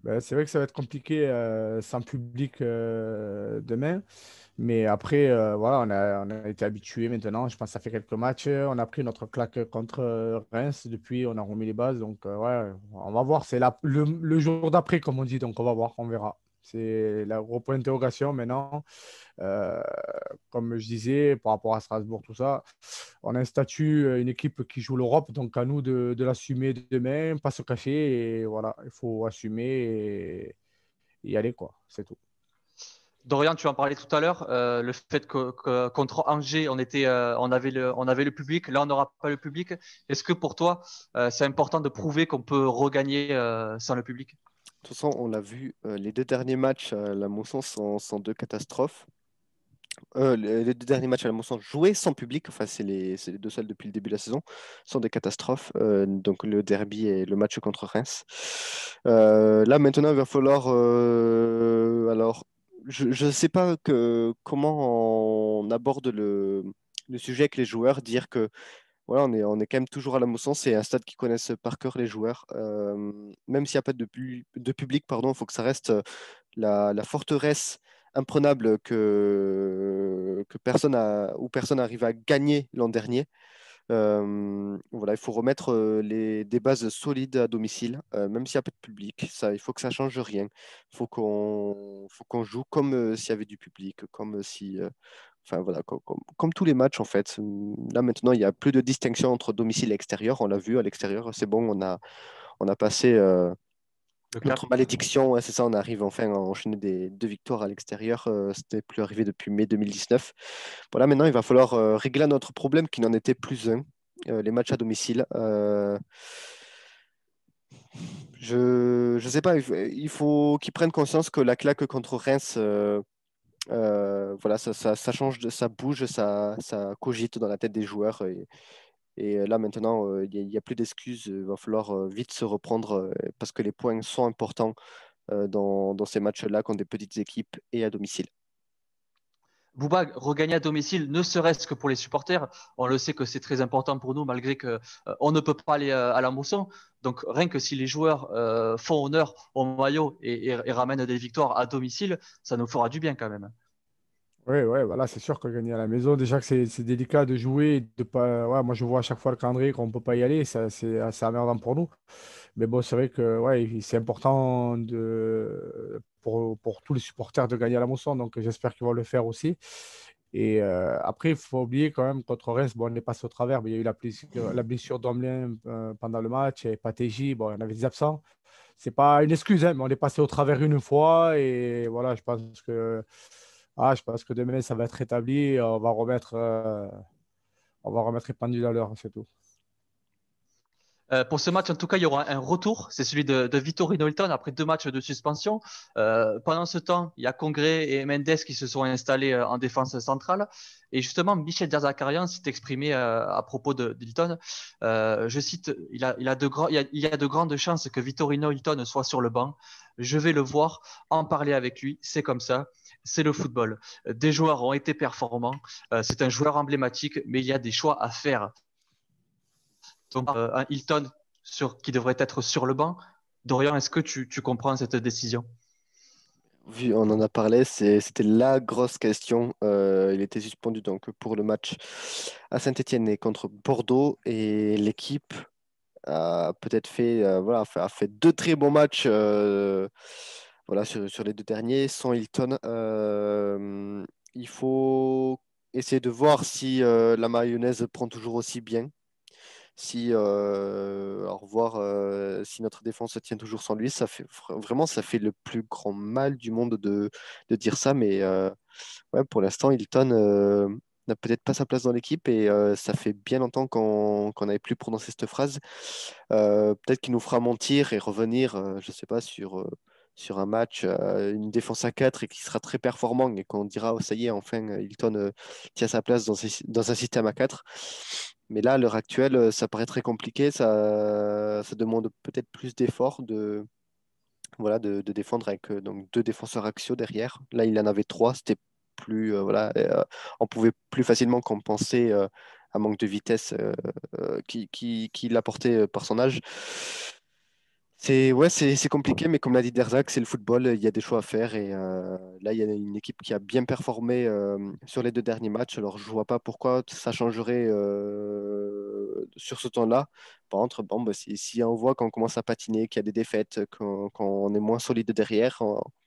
Ben, c'est vrai que ça va être compliqué sans public demain. Mais après, voilà, on a été habitué maintenant. Je pense que ça fait quelques matchs. On a pris notre claque contre Reims. Depuis, on a remis les bases. Donc, ouais, on va voir. C'est le jour d'après, comme on dit. Donc, on va voir, on verra. C'est la gros point d'interrogation maintenant. Euh, Comme je disais, par rapport à Strasbourg, tout ça, on a un statut, une équipe qui joue l'Europe. Donc, à nous de l'assumer demain, pas se cacher. Et voilà, il faut assumer et y aller, quoi. C'est tout. Dorian, tu en parlais tout à l'heure, le fait que contre Angers, on avait le public, là on n'aura pas le public. Est-ce que pour toi, c'est important de prouver qu'on peut regagner sans le public? De toute façon, on l'a vu, les deux derniers matchs à la Mosson sont deux catastrophes. Les deux derniers matchs à la Mosson joués sans public, enfin c'est les deux seuls depuis le début de la saison, sont des catastrophes. Donc le derby et le match contre Reims. Là maintenant, il va falloir. Alors, je ne sais pas comment on aborde le sujet avec les joueurs, dire que voilà, on est quand même toujours à la Mosson, c'est un stade qui connaissent par cœur les joueurs. Même s'il n'y a pas de public, pardon, il faut que ça reste la forteresse imprenable que où personne n'arrive à gagner l'an dernier. Voilà, il faut remettre des bases solides à domicile, même s'il n'y a pas de public. Ça, il faut que ça change rien. Il faut qu'on joue comme s'il y avait du public, comme si, enfin voilà, comme tous les matchs en fait. Là maintenant, il n'y a plus de distinction entre domicile et extérieur. On l'a vu à l'extérieur, c'est bon, on a passé Le cap. notre malédiction. Ouais, c'est ça, on arrive enfin à enchaîner deux victoires à l'extérieur. C'était plus arrivé depuis mai 2019. Voilà, maintenant, il va falloir régler notre problème qui n'en était plus un, les matchs à domicile. Je ne sais pas, il faut qu'ils prennent conscience que la claque contre Reims, voilà, ça change, ça bouge, ça cogite dans la tête des joueurs. Et là, maintenant, il n'y a plus d'excuses. Il va falloir vite se reprendre parce que les points sont importants dans ces matchs-là contre des petites équipes et à domicile. Bouba, regagner à domicile, ne serait-ce que pour les supporters, on le sait que c'est très important pour nous, malgré que on ne peut pas aller à la Mosson. Donc rien que si les joueurs font honneur au maillot et ramènent des victoires à domicile, ça nous fera du bien quand même. Oui, ouais, voilà, c'est sûr que gagner à la maison, déjà que c'est délicat de jouer, de pas, ouais, moi je vois à chaque fois le calendrier qu'on ne peut pas y aller, ça, c'est assez emmerdant pour nous. Mais bon, c'est vrai que ouais, c'est important pour tous les supporters de gagner à la Mosson, donc j'espère qu'ils vont le faire aussi. Et après, il faut oublier quand même contre Reims, bon, on est passé au travers, mais il y a eu la blessure d'Omelin pendant le match, et Patéji, bon, on avait des absents. C'est pas une excuse, hein, mais on est passé au travers une fois, et voilà, je pense que demain, ça va être rétabli, et on va remettre les pendules à l'heure, c'est tout. Pour ce match, en tout cas, il y aura un retour. C'est celui de Vitorino Hilton après 2 matchs de suspension. Pendant ce temps, il y a Congré et Mendes qui se sont installés en défense centrale. Et justement, Michel Derzakarian s'est exprimé à propos d'Hilton. Je cite, il y a de grandes chances que Vitorino Hilton soit sur le banc. Je vais le voir, en parler avec lui. C'est comme ça. C'est le football. Des joueurs ont été performants. C'est un joueur emblématique, mais il y a des choix à faire. Donc, un Hilton qui devrait être sur le banc. Dorian, est-ce que tu comprends cette décision? On en a parlé, c'était la grosse question. Il était suspendu donc pour le match à Saint-Étienne et contre Bordeaux. Et l'équipe a peut-être fait, voilà, a fait deux très bons matchs voilà, sur les deux derniers sans Hilton. Il faut essayer de voir si la mayonnaise prend toujours aussi bien. Si, alors voir si notre défense tient toujours sans lui, vraiment, ça fait le plus grand mal du monde de dire ça, mais ouais, pour l'instant, Hilton n'a peut-être pas sa place dans l'équipe et ça fait bien longtemps qu'on n'avait plus prononcé cette phrase. Peut-être qu'il nous fera mentir et revenir, je sais pas, sur un match, une défense à 4 et qui sera très performant et qu'on dira, oh, ça y est, enfin, Hilton tient sa place dans un système à 4. Mais là, à l'heure actuelle, ça paraît très compliqué. Ça demande peut-être plus d'efforts voilà, de défendre avec donc deux défenseurs axiaux derrière. Là, il en avait trois. C'était plus, voilà, on pouvait plus facilement compenser un manque de vitesse qui l'apportait par son âge. c'est compliqué, mais comme l'a dit Derzak, c'est le football, il y a des choix à faire. Et là, il y a une équipe qui a bien performé sur les 2 derniers matchs. Alors, je vois pas pourquoi ça changerait sur ce temps-là. Par contre, bon, bah, si on voit qu'on commence à patiner, qu'il y a des défaites, qu'on on est moins solide derrière,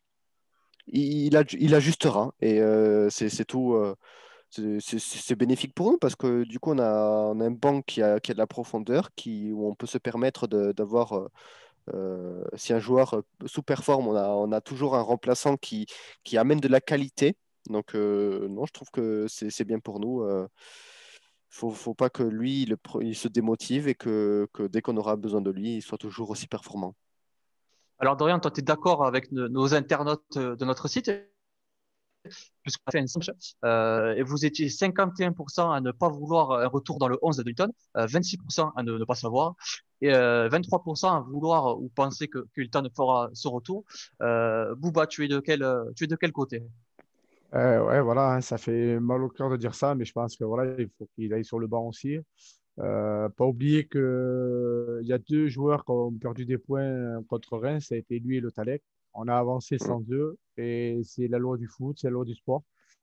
il ajustera. Et c'est tout. C'est bénéfique pour nous parce que du coup, on a un banc qui a de la profondeur, où on peut se permettre d'avoir. Si un joueur sous-performe, on a toujours un remplaçant qui amène de la qualité. Donc, non, je trouve que c'est bien pour nous. Faut pas que lui, il se démotive et que dès qu'on aura besoin de lui, il soit toujours aussi performant. Alors Dorian, toi, tu es d'accord avec nos internautes de notre site, puisqu'on a fait un sondage, et vous étiez 51% à ne pas vouloir un retour dans le 11 de Hilton, 26% à ne pas savoir, et 23% à vouloir ou penser que Hilton fera ce retour. Bouba, tu es de quel côté? Ouais, voilà, hein, ça fait mal au cœur de dire ça, mais je pense que voilà, il faut qu'il aille sur le banc aussi. Pas oublier que il y a 2 joueurs qui ont perdu des points contre Reims, ça a été lui et le Talec. On a avancé Mm. sans eux et c'est la loi du foot, c'est la loi du sport.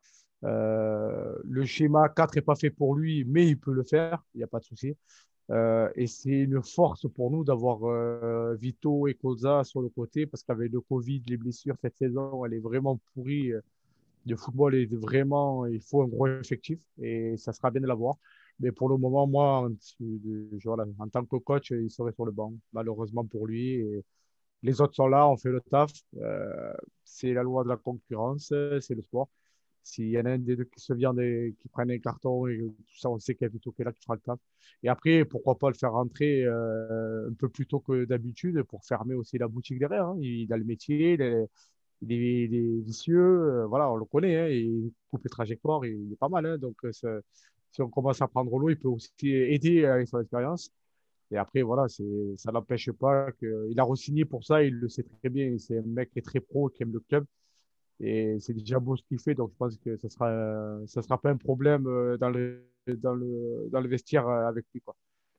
Le schéma 4 n'est pas fait pour lui, mais il peut le faire, il n'y a pas de souci. Et c'est une force pour nous d'avoir Vito et Koza sur le côté parce qu'avec le Covid, les blessures, cette saison, elle est vraiment pourrie. Le football est vraiment, il faut un gros effectif et ça sera bien de l'avoir. Mais pour le moment, moi, voilà, en tant que coach, il serait sur le banc, malheureusement pour lui. Et les autres sont là, on fait le taf. C'est la loi de la concurrence, c'est le sport. S'il y en a un des deux qui se vient, qui prennent un carton et tout ça, on sait qu'il y a Vito qui est là qui fera le taf. Et après, pourquoi pas le faire rentrer un peu plus tôt que d'habitude pour fermer aussi la boutique derrière, hein. Il a le métier, il est vicieux, voilà, on le connaît, hein, il coupe les trajectoires, il est pas mal, hein. Donc, si on commence à prendre l'eau, il peut aussi aider avec son expérience. Et après, voilà, ça n'empêche pas qu'il a re-signé pour ça, il le sait très bien. C'est un mec qui est très pro, qui aime le club. Et c'est déjà beau ce qu'il fait, donc je pense que ça sera pas un problème dans le vestiaire avec lui, quoi.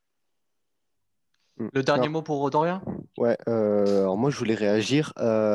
Mm. Le dernier Alors, mot pour Dorian? ouais, alors moi, je voulais réagir.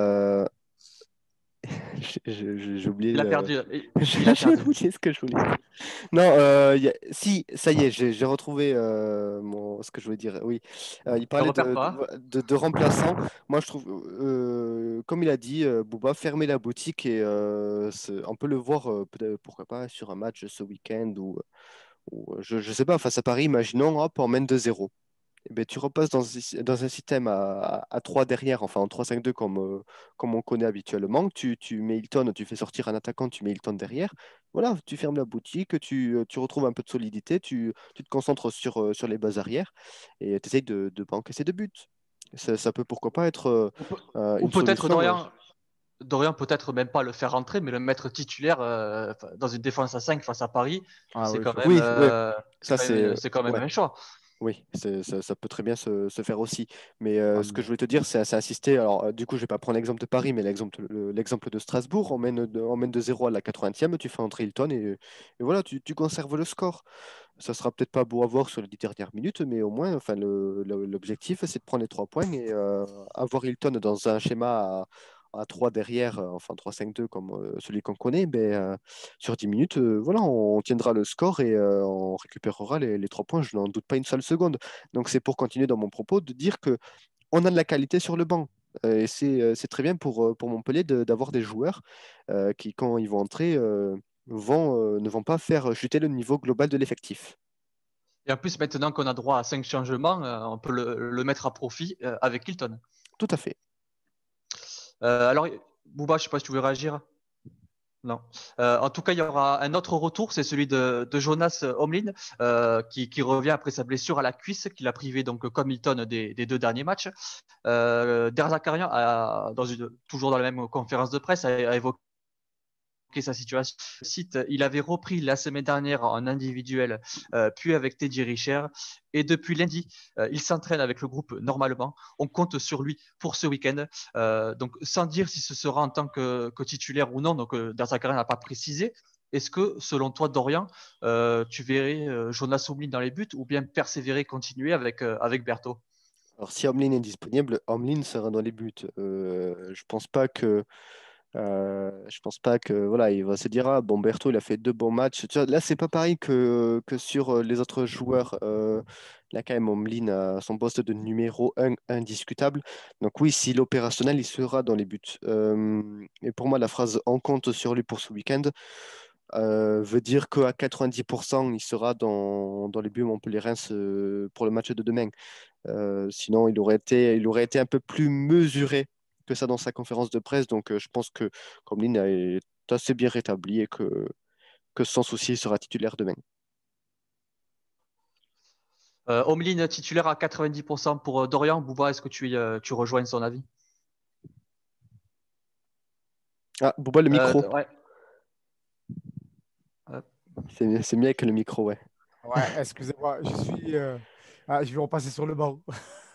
J'ai oublié Il a le. perdu. Il a J'ai perdu. oublié ce que je voulais dire. Non, si, ça y est, j'ai retrouvé ce que je voulais dire. Oui, il Ne parlait repère pas. de remplaçants. Moi, je trouve, comme il a dit, Bouba, fermer la boutique et on peut le voir, peut-être, pourquoi pas, sur un match ce week-end ou je ne sais pas, face à Paris, imaginons, hop, on mène 2-0. Eh ben, tu repasses dans un système à 3 derrière, enfin en 3-5-2 comme on connaît habituellement. Tu mets Hilton, tu fais sortir un attaquant, tu mets Hilton derrière. Voilà, tu fermes la boutique, tu retrouves un peu de solidité, tu te concentres sur les bases arrière et tu essayes de pas encaisser de buts. Ça peut pourquoi pas être Ou, pe- ou une peut-être solution. Dorian peut-être même pas le faire rentrer, mais le mettre titulaire dans une défense à 5 face à Paris, Ah c'est oui, quand même, Oui, oui, euh, c'est ça quand même, c'est. c'est quand même Ouais. un choix. Oui, ça peut très bien se faire aussi. Mais ah, ce que mais- je voulais te dire, c'est assister. Alors, du coup, je vais pas prendre l'exemple de Paris, mais l'exemple de Strasbourg. On mène de 0 à la 80e, tu fais entrer Hilton et voilà, tu conserves le score. Ça sera peut-être pas beau à voir sur les 10 dernières minutes, mais au moins, enfin, l'objectif, c'est de prendre les 3 points et avoir Hilton dans un schéma à 3 derrière, enfin 3-5-2 comme celui qu'on connaît, ben, sur 10 minutes, voilà, on tiendra le score et on récupérera les 3 points, je n'en doute pas une seule seconde. Donc c'est pour continuer dans mon propos de dire que on a de la qualité sur le banc. Et c'est très bien pour Montpellier d'avoir des joueurs qui, quand ils vont entrer, ne vont pas faire chuter le niveau global de l'effectif. Et en plus, maintenant qu'on a droit à 5 changements, on peut le mettre à profit avec Hilton. Tout à fait. Alors, Bouba, je sais pas si tu veux réagir. Non. En tout cas, il y aura un autre retour, c'est celui de Jonas Omlin, qui revient après sa blessure à la cuisse, qu'il a privé donc comme Hilton des 2 derniers matchs. Derzakarian, toujours dans la même conférence de presse, a évoqué sa situation. Il avait repris la semaine dernière en individuel, puis avec Teddy Richer. Et depuis lundi, il s'entraîne avec le groupe normalement. On compte sur lui pour ce week-end. Donc, sans dire si ce sera en tant que titulaire ou non, donc Derzakarian n'a pas précisé. Est-ce que, selon toi, Dorian, tu verrais Jonas Omlin dans les buts ou bien persévérer, continuer avec Berthaud? Alors, si Omlin est disponible, Omlin sera dans les buts. Je pense pas que voilà, il va se dire ah bon Berthaud il a fait 2 bons matchs. Tu vois, là c'est pas pareil que sur les autres joueurs. Là quand même Omlin a son poste de numéro 1 indiscutable. Donc oui, s'il est opérationnel, il sera dans les buts. Et pour moi la phrase on compte sur lui pour ce week-end veut dire qu'à 90% il sera dans les buts Montpellier-Reims pour le match de demain. Sinon, il aurait été un peu plus mesuré que ça dans sa conférence de presse. Donc, je pense que Comlin est assez bien rétabli et que sans souci, il sera titulaire demain. Omlin titulaire à 90% pour Dorian. Bouba, est-ce que tu rejoins son avis? Ah, Bouba, le micro. Ouais. C'est mieux que le micro, ouais. Ouais, excusez-moi, je vais repasser sur le banc.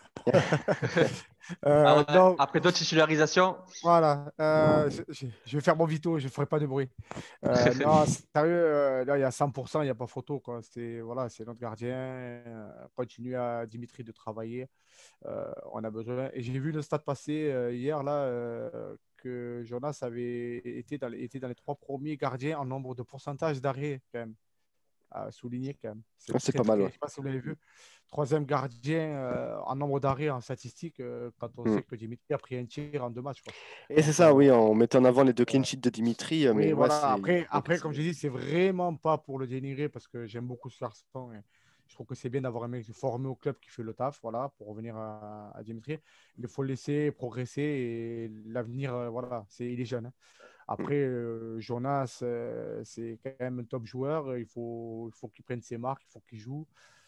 Ah ouais, Non, après deux titularisations. voilà, je vais faire mon vito, je ne ferai pas de bruit. Non, sérieux, là, il y a 100%, il n'y a pas photo, quoi. Voilà, c'est notre gardien. Continue à Dimitri de travailler. On a besoin. Et j'ai vu le stade passer hier, là, que Jonas était dans les 3 premiers gardiens en nombre de pourcentage d'arrêt, quand même. À souligner, quand même. Ah, c'est pas mal, Je ouais. ne sais pas si vous l'avez vu. 3e gardien en nombre d'arrêts en statistique, quand on Mm. sait que Dimitri a pris un tir en 2 matchs, quoi. Et c'est Donc, ça, oui, on mettait en avant les 2 clean sheets de Dimitri, oui, mais ouais, voilà. c'est. Après, comme je dis, c'est vraiment pas pour le dénigrer parce que j'aime beaucoup ce garçon. Et je trouve que c'est bien d'avoir un mec formé au club qui fait le taf, voilà, pour revenir à Dimitri. Il faut le laisser progresser et l'avenir, voilà, il est jeune, hein. Mm. Après, Jonas, c'est quand même un top joueur. Il faut qu'il prenne ses marques, il faut qu'il joue.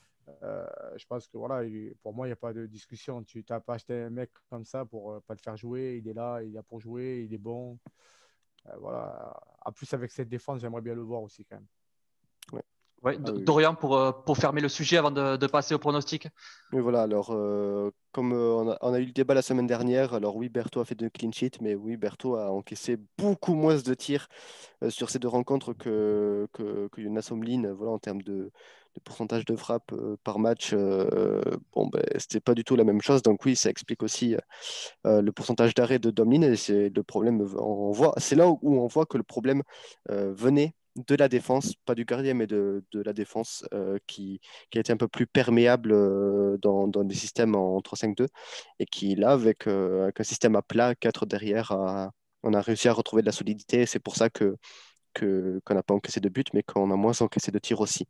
Je pense que voilà, pour moi, il n'y a pas de discussion. Tu n'as pas acheté un mec comme ça pour pas le faire jouer. Il est là, il est là pour jouer, il est bon. Voilà. En plus, avec cette défense, j'aimerais bien le voir aussi quand même. Ouais. Ouais, Ah, oui. Dorian, pour fermer le sujet avant de passer au pronostic. Oui, voilà, alors, comme on a eu le débat la semaine dernière, alors oui, Berthaud a fait 2 clean sheets, mais oui, Berthaud a encaissé beaucoup moins de tirs sur ces 2 rencontres que Jonas Omlin, voilà, en termes de pourcentage de frappe par match. Bon, ben, c'était pas du tout la même chose, donc oui, ça explique aussi le pourcentage d'arrêt de Domlin, et c'est le problème, c'est là où on voit que le problème venait de la défense, pas du gardien, mais de la défense qui a été un peu plus perméable dans des systèmes en 3-5-2 et qui, là, avec un système à plat, 4 derrière, on a réussi à retrouver de la solidité. Et c'est pour ça qu'on n'a pas encaissé de but, mais qu'on a moins encaissé de tirs aussi.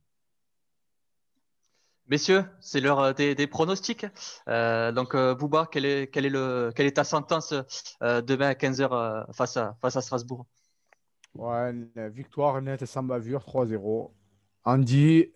Messieurs, c'est l'heure des pronostics. Donc, Bouba, quelle est ta sentence demain à 15h face à Strasbourg? Ouais, une victoire nette et sans bavure, 3-0. Andy,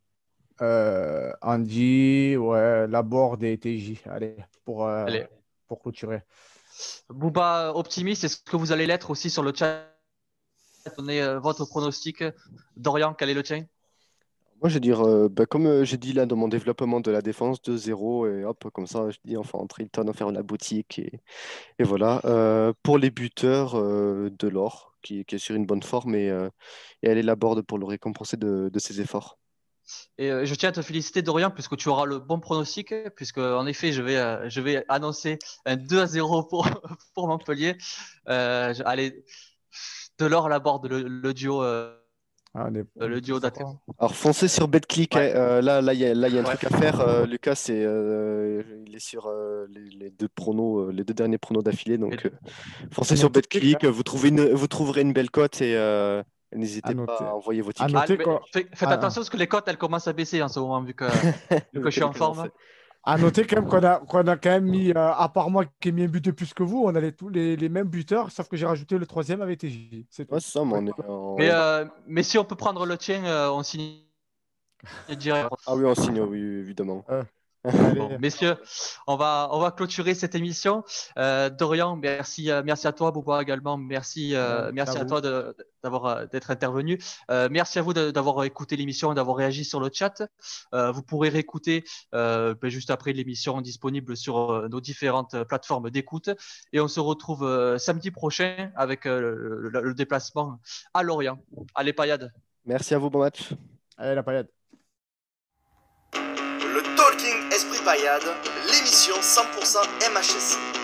Andy, ouais, Laborde et TJ. Allez, Allez, pour clôturer. Bouba optimiste, est-ce que vous allez l'être aussi sur le chat? Donnez votre pronostic. Dorian, quel est le tien? Moi, je vais dire, bah, comme j'ai dit là dans mon développement de la défense, 2-0, et hop, comme ça, je dis enfin entre Hilton, faire la boutique, et voilà. Pour les buteurs, Delors, qui est sur une bonne forme, et elle est la board pour le récompenser de ses efforts. Et je tiens à te féliciter, Dorian, puisque tu auras le bon pronostic, puisque en effet, je vais annoncer un 2-0 pour Montpellier. Allez, Delors à la board, le duo. On est Le duo tous d'attaque. d'accord. Alors foncez sur BetClick, Ouais. hein. Là, il y a un Ouais. truc à faire. Lucas, il est sur les 2 pronos, les 2 derniers pronos d'affilée. Donc foncez À sur noter, BetClick, vous trouverez une belle cote et à n'hésitez pas noter, à envoyer vos à tickets. Ah, noter mais qu'on faites attention parce que les cotes, elles commencent à baisser en ce moment, vu que je Que suis les en forme. commencez. À noter quand même qu'on a quand même mis, à part moi qui ai mis un but de plus que vous, on a tous les mêmes buteurs, sauf que j'ai rajouté le 3e avec TJ. C'est Ouais, tout. c'est ça, mais Ouais. on est Mais si on peut prendre le tien, on signe direct. Ah oui, on signe, oui, évidemment. Euh, Bon, allez, messieurs, on va clôturer cette émission. Dorian, merci à toi. Bouba également, merci à merci à vous. toi d'être intervenu. Merci à vous d'avoir écouté l'émission et d'avoir réagi sur le chat. Vous pourrez réécouter juste après l'émission disponible sur nos différentes plateformes d'écoute. Et on se retrouve samedi prochain avec le déplacement à Lorient. Allez, Payade. Merci à vous, bon match. Allez, la paillade. Le Talking Esprit Paillade Payade, l'émission 100% MHSC.